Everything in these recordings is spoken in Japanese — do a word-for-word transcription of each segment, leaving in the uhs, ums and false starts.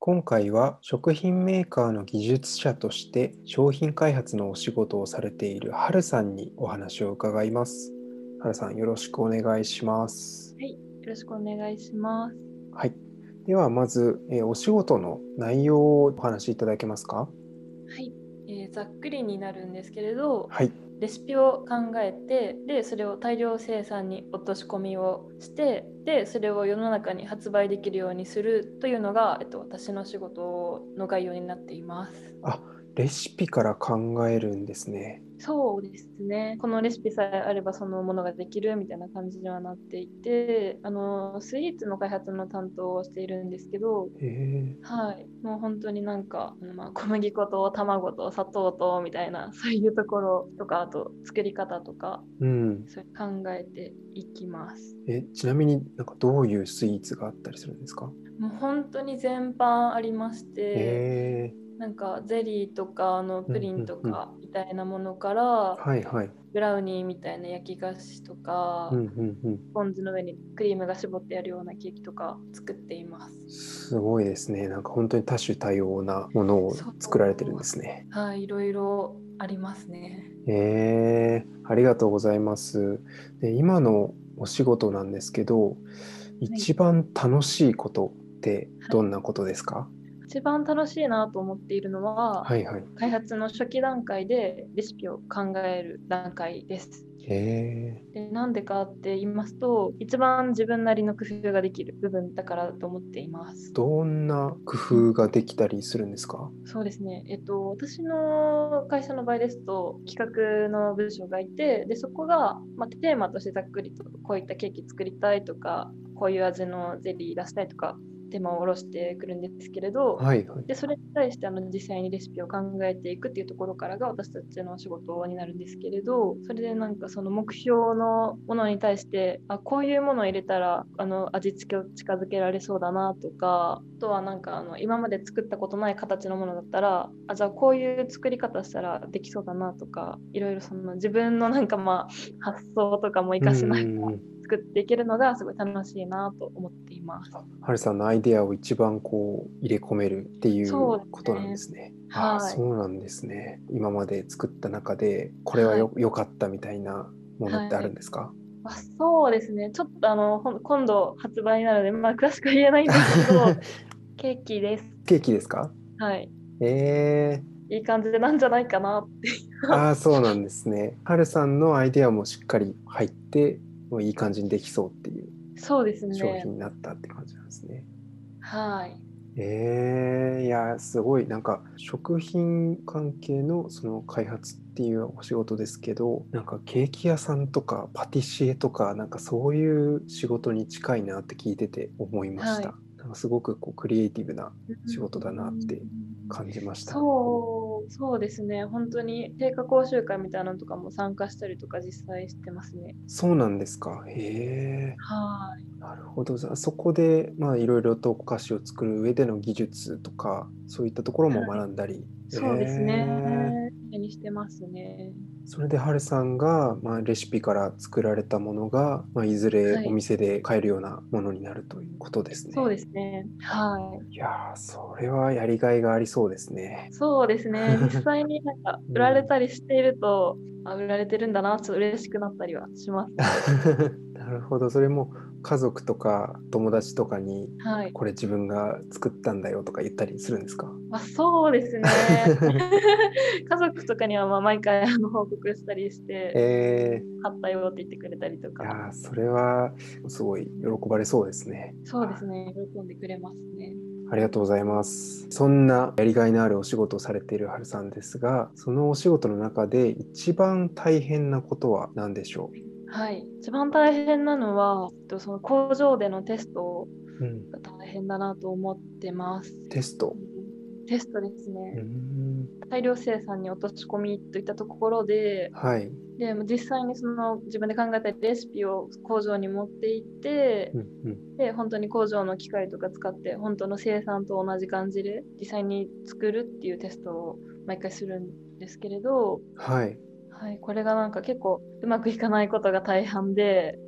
今回は食品メーカーの技術者として商品開発のお仕事をされているはるさんにお話を伺います。はるさん、よろしくお願いします。 はい、よろしくお願いします。 はい。ではまず、えーお仕事の内容をお話しいただけますか？ はい、えーざっくりになるんですけれど、 はい。 レシピを考えて、で、それを大量生産に落とし込みをして、で、それを世の中に発売できるようにするというのが、えっと、私の仕事の概要になっています。 あ、レシピから考えるんですね。 そうですね。このレシピさえあればそのものができるみたいな感じにはなっていて、あの、スイーツの開発の担当をしているんですけど、 へえ。 はい、もう本当になんか、まあ、小麦粉と卵と砂糖とみたいな、そういうところとか、あと作り方とか、 うん。 そう考えていきます。 え、ちなみになんかどういうスイーツがあったりするんですか？ もう本当に全般ありましへて、 え。 なんかゼリーとかあのうんプリンとうんうん。 かみたいなものから、 はいはい。 ブラウニーみたいな焼き菓子とか、 うんうんうん。 ポン酢の上にクリームが絞ってあるようなケーキとか作っています。 すごいですね。なんか本当に多種多様なものをそ作られてるんう、 ですね。 はい、いろいろありますね。 えー、ありがとうございます。で、今のお仕事なんですけど、 はい。 一番楽しいことってはい、 どんなことですか？ 一番楽しいなと思っているのは、 はいはい。 開発の初期段階でレシピを考える段階です。 えで、なんでかって言いますと、一番自分なりの工夫ができる部分だからだと思っています。 ー、どんな工うん、 夫ができたりするんですか？ そうですね。えっと、私の会社の場合ですと、企画の部署がいて、で、そこが、まあ、テーマとしてざっくりと、こういったケーキ作りたいとか、こういう味のゼリー出したいとか、テーマを下ろしてくるんですけれど、 はいはい。 で、それに対してあの実際にレシピを考えていくっていうところからが私たちの仕事になるんですけれど、それでなんかその目標のものに対して、あ、こういうものを入れたらあの味付けを近づけられそうだなとか、あとはなんかあの今まで作ったことない形のものだったら、あ、じゃあこういう作り方したらできそうだなとか、いろいろその自分のなんかまあ発想とかも活うんかしながらうんうん。 作っていけるのがすごい楽しいなと思っています。 はるさんのアイデアを一番こう入れ込めるっていうそうですことなんでね。 すね。ああ、 はい。 そうなんですね。今まで作った中で、これははい。 よ、良かったみたいなものってあはい。 るんですか？ あ、そうですね。ちょっとあの、ほん今度発売になるので、まあ、詳しくは言えないんですけど、ケーキです。 ケーキですか？ はい。 ええ。 いい感じでなんじゃないかなって。 ああ、そうなんですね。はるさんのアイデアもしっかり入って、もういい感じにできそうっていうそうですね。 商品になったって感じなんですね。 はい。 ええ、いや、すごい、なんか、食品関係のその開発っていうお仕事ですけど、なんかケーキ屋さんとかパティシエとか、なんかそういう仕事に近いなって聞いてて思いましはい。 た。なんかすごくこうクリエイティブなう仕事だなってん、 感じましたね。 そう、そうですね。本当に定価講習会みたいなのとかも参加したりとか実際してますね。 そうなんですか。へえ。 はい。 なるほど。じゃあそこで、まあ、いろいろとお菓子を作る上での技術とか、そういったところもはい。 学んだり。えそうですね。 え。 気にしてますね。 それで、ハルさんが、まあ、レシピから作られたものが、まあ、いずれはい。 お店で買えるようなものになるということですそうね。 ですね。はい。 いやー、それはやりがいがありそうですね。 そうですね。実際になんか売られうん。 たりしていると、あ、売られてるんだな、ちょっと嬉しくなったりはしますね。 なるほど。それも家族とか友達とかに、 はい。 これ自分が作ったんだよとか言ったりするんですか？ まあ、そうですね。家族とかにはまあ毎回あの報告したりして、 えー、 買ったよって言ってくれたりとか。 いやー、それはすごい喜ばれそうですね。 そうですね。喜んでくれますね。 ありがとうございます。そんなやりがいのあるお仕事をされているはるさんですが、そのお仕事の中で一番大変なことは何でしょはい。一番大変なのは、えっとその工場でのテストう？うん。 が大変だなと思ってます。 テスト。 うん、テストですうーね。 ん。 大量生産に落とし込みといったところで、 はい。 でも実際にその自分で考えたレシピを工場に持って行って、 うんうん。 で、本当に工場の機械とか使って、本当の生産と同じ感じで実際に作るっていうテストを毎回するんですけれど、 はい。 はい、これがなんか結構うまくいかないことが大半で、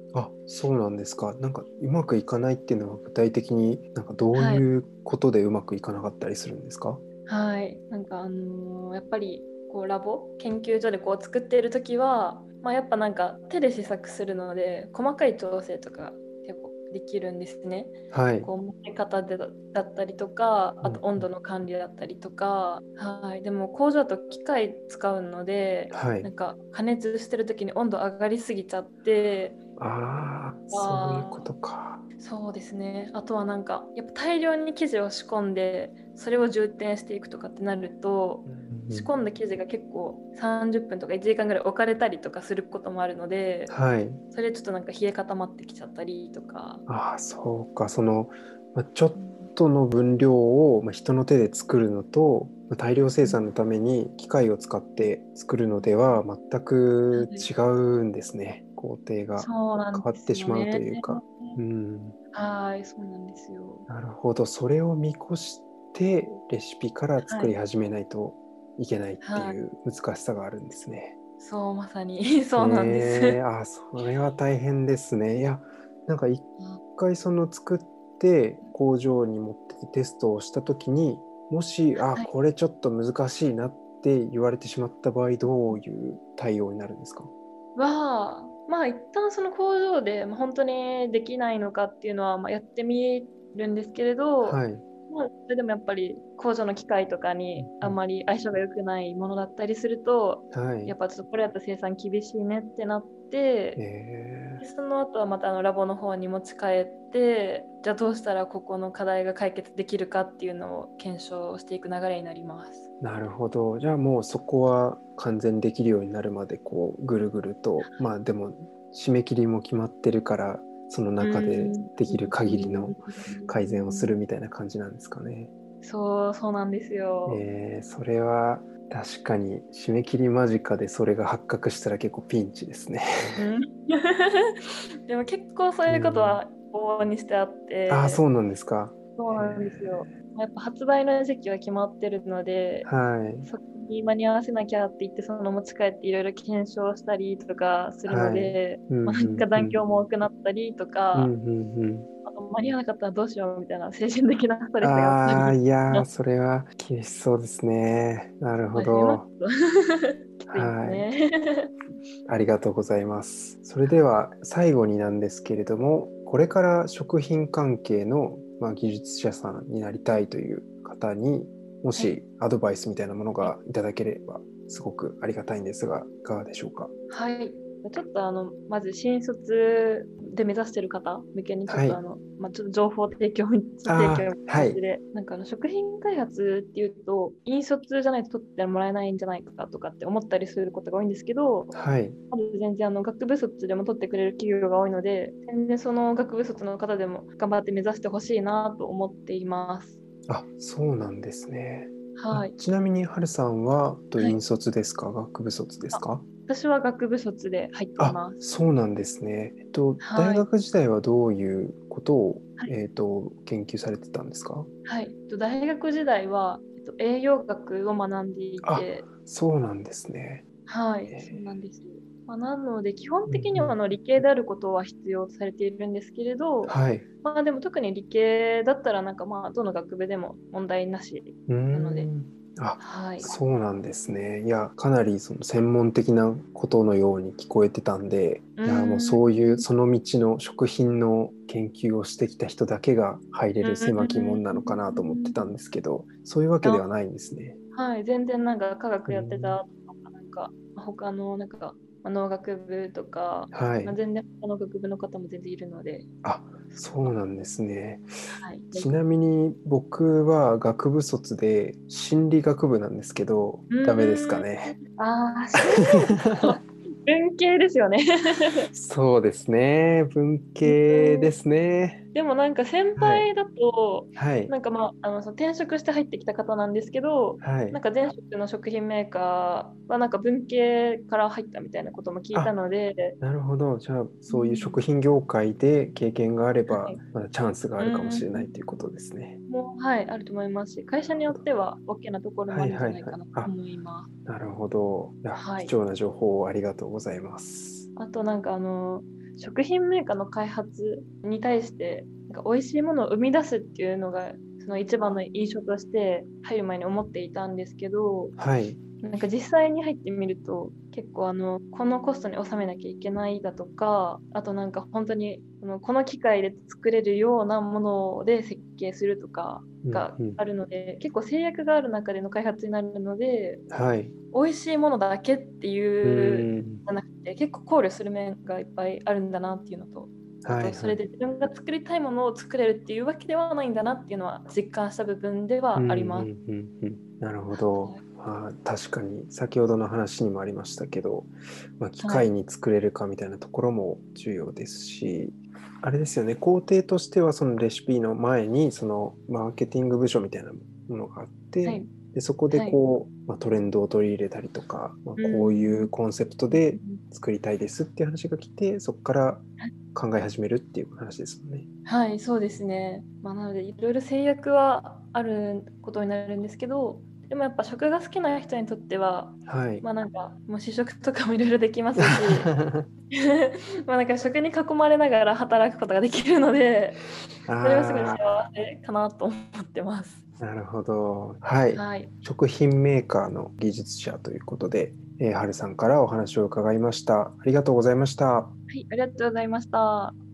あ、そうなんですか。なんかうまくいかないっていうのは具体的になんかどうはい。 いうことでうまくいかなかったりするんですか？ はい。なんかあのーやっぱりこうラボ研究所でこう作っている時は、まあ、やっぱなんか手で試作するので細かい調整とか結構できるんですね。 はい。 こう盛り方でだだったりとか、あとうんうん。 温度の管理だったりとか、はい。でも工場だと機械使うので、 はい。 なんか加熱してる時に温度上がりすぎちゃって、 ああ、そういうこあとか。 そうですね。あとはなんか、やっぱ大量に生地を仕込んで、それを充填していくとかってなると、 うんうん。 仕込んだ生地が結構さんじゅっぷんとかいちじかんぐらい置かれたりとかすることもあるので、 はい。 それちょっとなんか冷え固まってきちゃったりとか。 ああ、そうか。その、まあ、ちょっうん。 との分量を、まあ、人の手で作るのと、まあ、大量生うん。 産のために機械を使って作るのでは全くはい。 違うんですね。工程がそうなんで変わってしまうとすよね。 いうか。うん。 はい、そうなんですよ。 なるほど。それを見越してレシピからはい。 作り始めないといけないってはい。 いう難しさがあるんですね。 そう、まさにそうなんです。 えー、あ、それは大変ですね。いや、なんか一回その作って工場に持ってきてテストをしたときに、もし、あ、 はい。 これちょっと難しいなって言われてしまった場合、どういう対応になるんですか？ は、まあ一旦その工場で、まあ、本当にできないのかっていうのは、まあ、やってみるんですけれど、 はい。 まあ、それでもやっぱり工場の機械とかにあんまり相性が良くないものだったりすると、 はい。 やっぱちょっとこれだと生産厳しいねってなって、でえその後はまたあのラボの方に持ち帰って、じゃあどうしたらここの課題が解決できるかっていうのを検証していく流れになります。 ー、なるほど。じゃあもうそこは完全にできるようになるまでこうぐるぐると、まあでも締め切りも決まってるから、そのう中でーできる限りの改善をするん。 みたいな感じなんですかね。 そう、そうなんですよ。 えー、それは確かに締め切り間近でそれが発覚したら結構ピンチですね。 うん。でも結構そういうことうん。 は往々にしてあっああ、 て、 そうなんですか。 そうなんですへよ。やっぱ発売の時期は決まってるので、 ー、はい。 そこに間に合わせなきゃって言って、その持ち帰っていろいろ検証したりとかするのはい。 で、 うん、 まあ、なんかうん、 残業も多くなったりとうん。うか、 ん、うん、うあと間に合わなかったらどうしようみたいな精神的なストん。 レスがやっぱああ、 りいやー、 なっそれは厳しそうですね。なるほたりしますど。 ときついですはい。 ね。 ありがとうございます。それでは最後になんですけれども、これから食品関係の、まあ、技術者さんになりたいという方に、もはい。 しアドバイスみたいなものがいただければすごくありがたいんですが、いかがでしょうか。 はい。ちょっとあの、まず新卒で目指している方向けにちょっはい。 とあの、まあ、ちょっと情報提供、提ああ、 供はい。 で、なんかあの食品開発っていうと、引率じゃないと取ってもらえないんじゃないかとかって思ったりすることが多いんですけど、 はい。 まず全然あの学部卒でも取ってくれる企業が多いので、全然その学部卒の方でも頑張って目指してほしいなと思っています。 あ、そうなんですね。あ、 はい。 ちなみに、はるさんは、とはい。 引率ですか、学部卒ですあ、 か？ 私は学部卒で入っていあ、 ます。 そうなんですね。えっと、大はい。 学時代はどういうことを、 はい。 えっと、研究されてたんですか？ はい。えっと大学時代は、えっと、栄養学を学んでいあ、 て、 そうなんですね。 はい、そうなんえです。まあ、なので、基本ー、うんうん。 的にはあの理系であることは必要とされているんですけれど、 はい。 まあでも特に理系だったらなんかまあどの学部でも問題なしうーなので、 ん。あ、 はい。 そうなんですね。いや、かなりその専門的なことのように聞こえてたんで、 ういや、もうーん。 そういうその道の食品の研究をしてきた人だけが入れうる狭き門ーなのかなと思ってたんん。 ですけど、そういうわけであ、 はないんですね。 はい。全然なんか科うー学やってん。 たとか、なんか他のなんかまあ農学部とか、まあ、 はい。 全然他の学部の方も全然いるので、 あ、そうなんですね。 はい。大ちなみに僕は学部卒で心理学部なんですけど、 うダメですかーん。 ね。 ああ、心理学、文系ですよね。 そうですね。文う系でん。 すね。 でもなんか先はい。 輩だと、 はい。 なんかまあ、あのその転職して入ってきた方なんですけど、 はい。 なんか前職の食品メーカーはなんか文系から入ったみたいなことも聞いたあ、 ので、 なるほど。じゃあ、そういううん、 食品業界で経験があれば、 はい。 まだチャンスがあうるかもしれないということでん。 すね。 もう、はい、あると思いますし、会社によなるほど。 っては OK なところもはいあるんじゃはいはい。 ないかなとあ、 思います。 なるほど。いや、 はい。 貴重な情報をありがとうございます。 あとなんかあの、 食品メーカーの開発に対してなんか美味しいものを生み出すっていうのがその一番の印象として入る前に思っていたんですけど、 はい。 なんか実際に入ってみると結構あのこのコストに収めなきゃいけないだとか、あとなんか本当にあのこの機械で作れるようなもので設計するとかがうんうん、 あるので、結構制約がある中での開発になるので、 はい。 美味しいものだけってういうーん。 じゃなくて結構考慮する面がいっぱいあるんだなっていうのと、あはいはい。 とそれで自分が作りたいものを作れるっていうわけではないんだなっていうのは実感した部分でうんうんはあります。 うんうん。なるほど。まあ、確かに先ほどの話にもありましたけど、まあ、機はい。 械に作れるかみたいなところも重要ですし、あれですよね、工程としてはそのレシピの前にそのマーケティング部署みたいなものがあって、 はい。 でそこではい。 こう、まあ、トレンドを取り入れたりとか、まあ、 うこういうん。 コンセプトで作りたいですっていう話が来て、そこから考え始めるっていう話ですもんね。 はい、そうですね。まあ、なので、いろいろ制約はあることになるんですけど、でもやっぱ食が好きな人にとっては、 はい。 まあなんか、もう試食とかもいろいろできますし、まあなんか食に囲まれながら働くことができるので、それはすごい幸あせかなと思ってます。 あ、なるほど。はい。 はい。 食品メーカーの技術者ということで、えー、はるさんからお話を伺いました。ありがとうございました。 はい、ありがとうございました。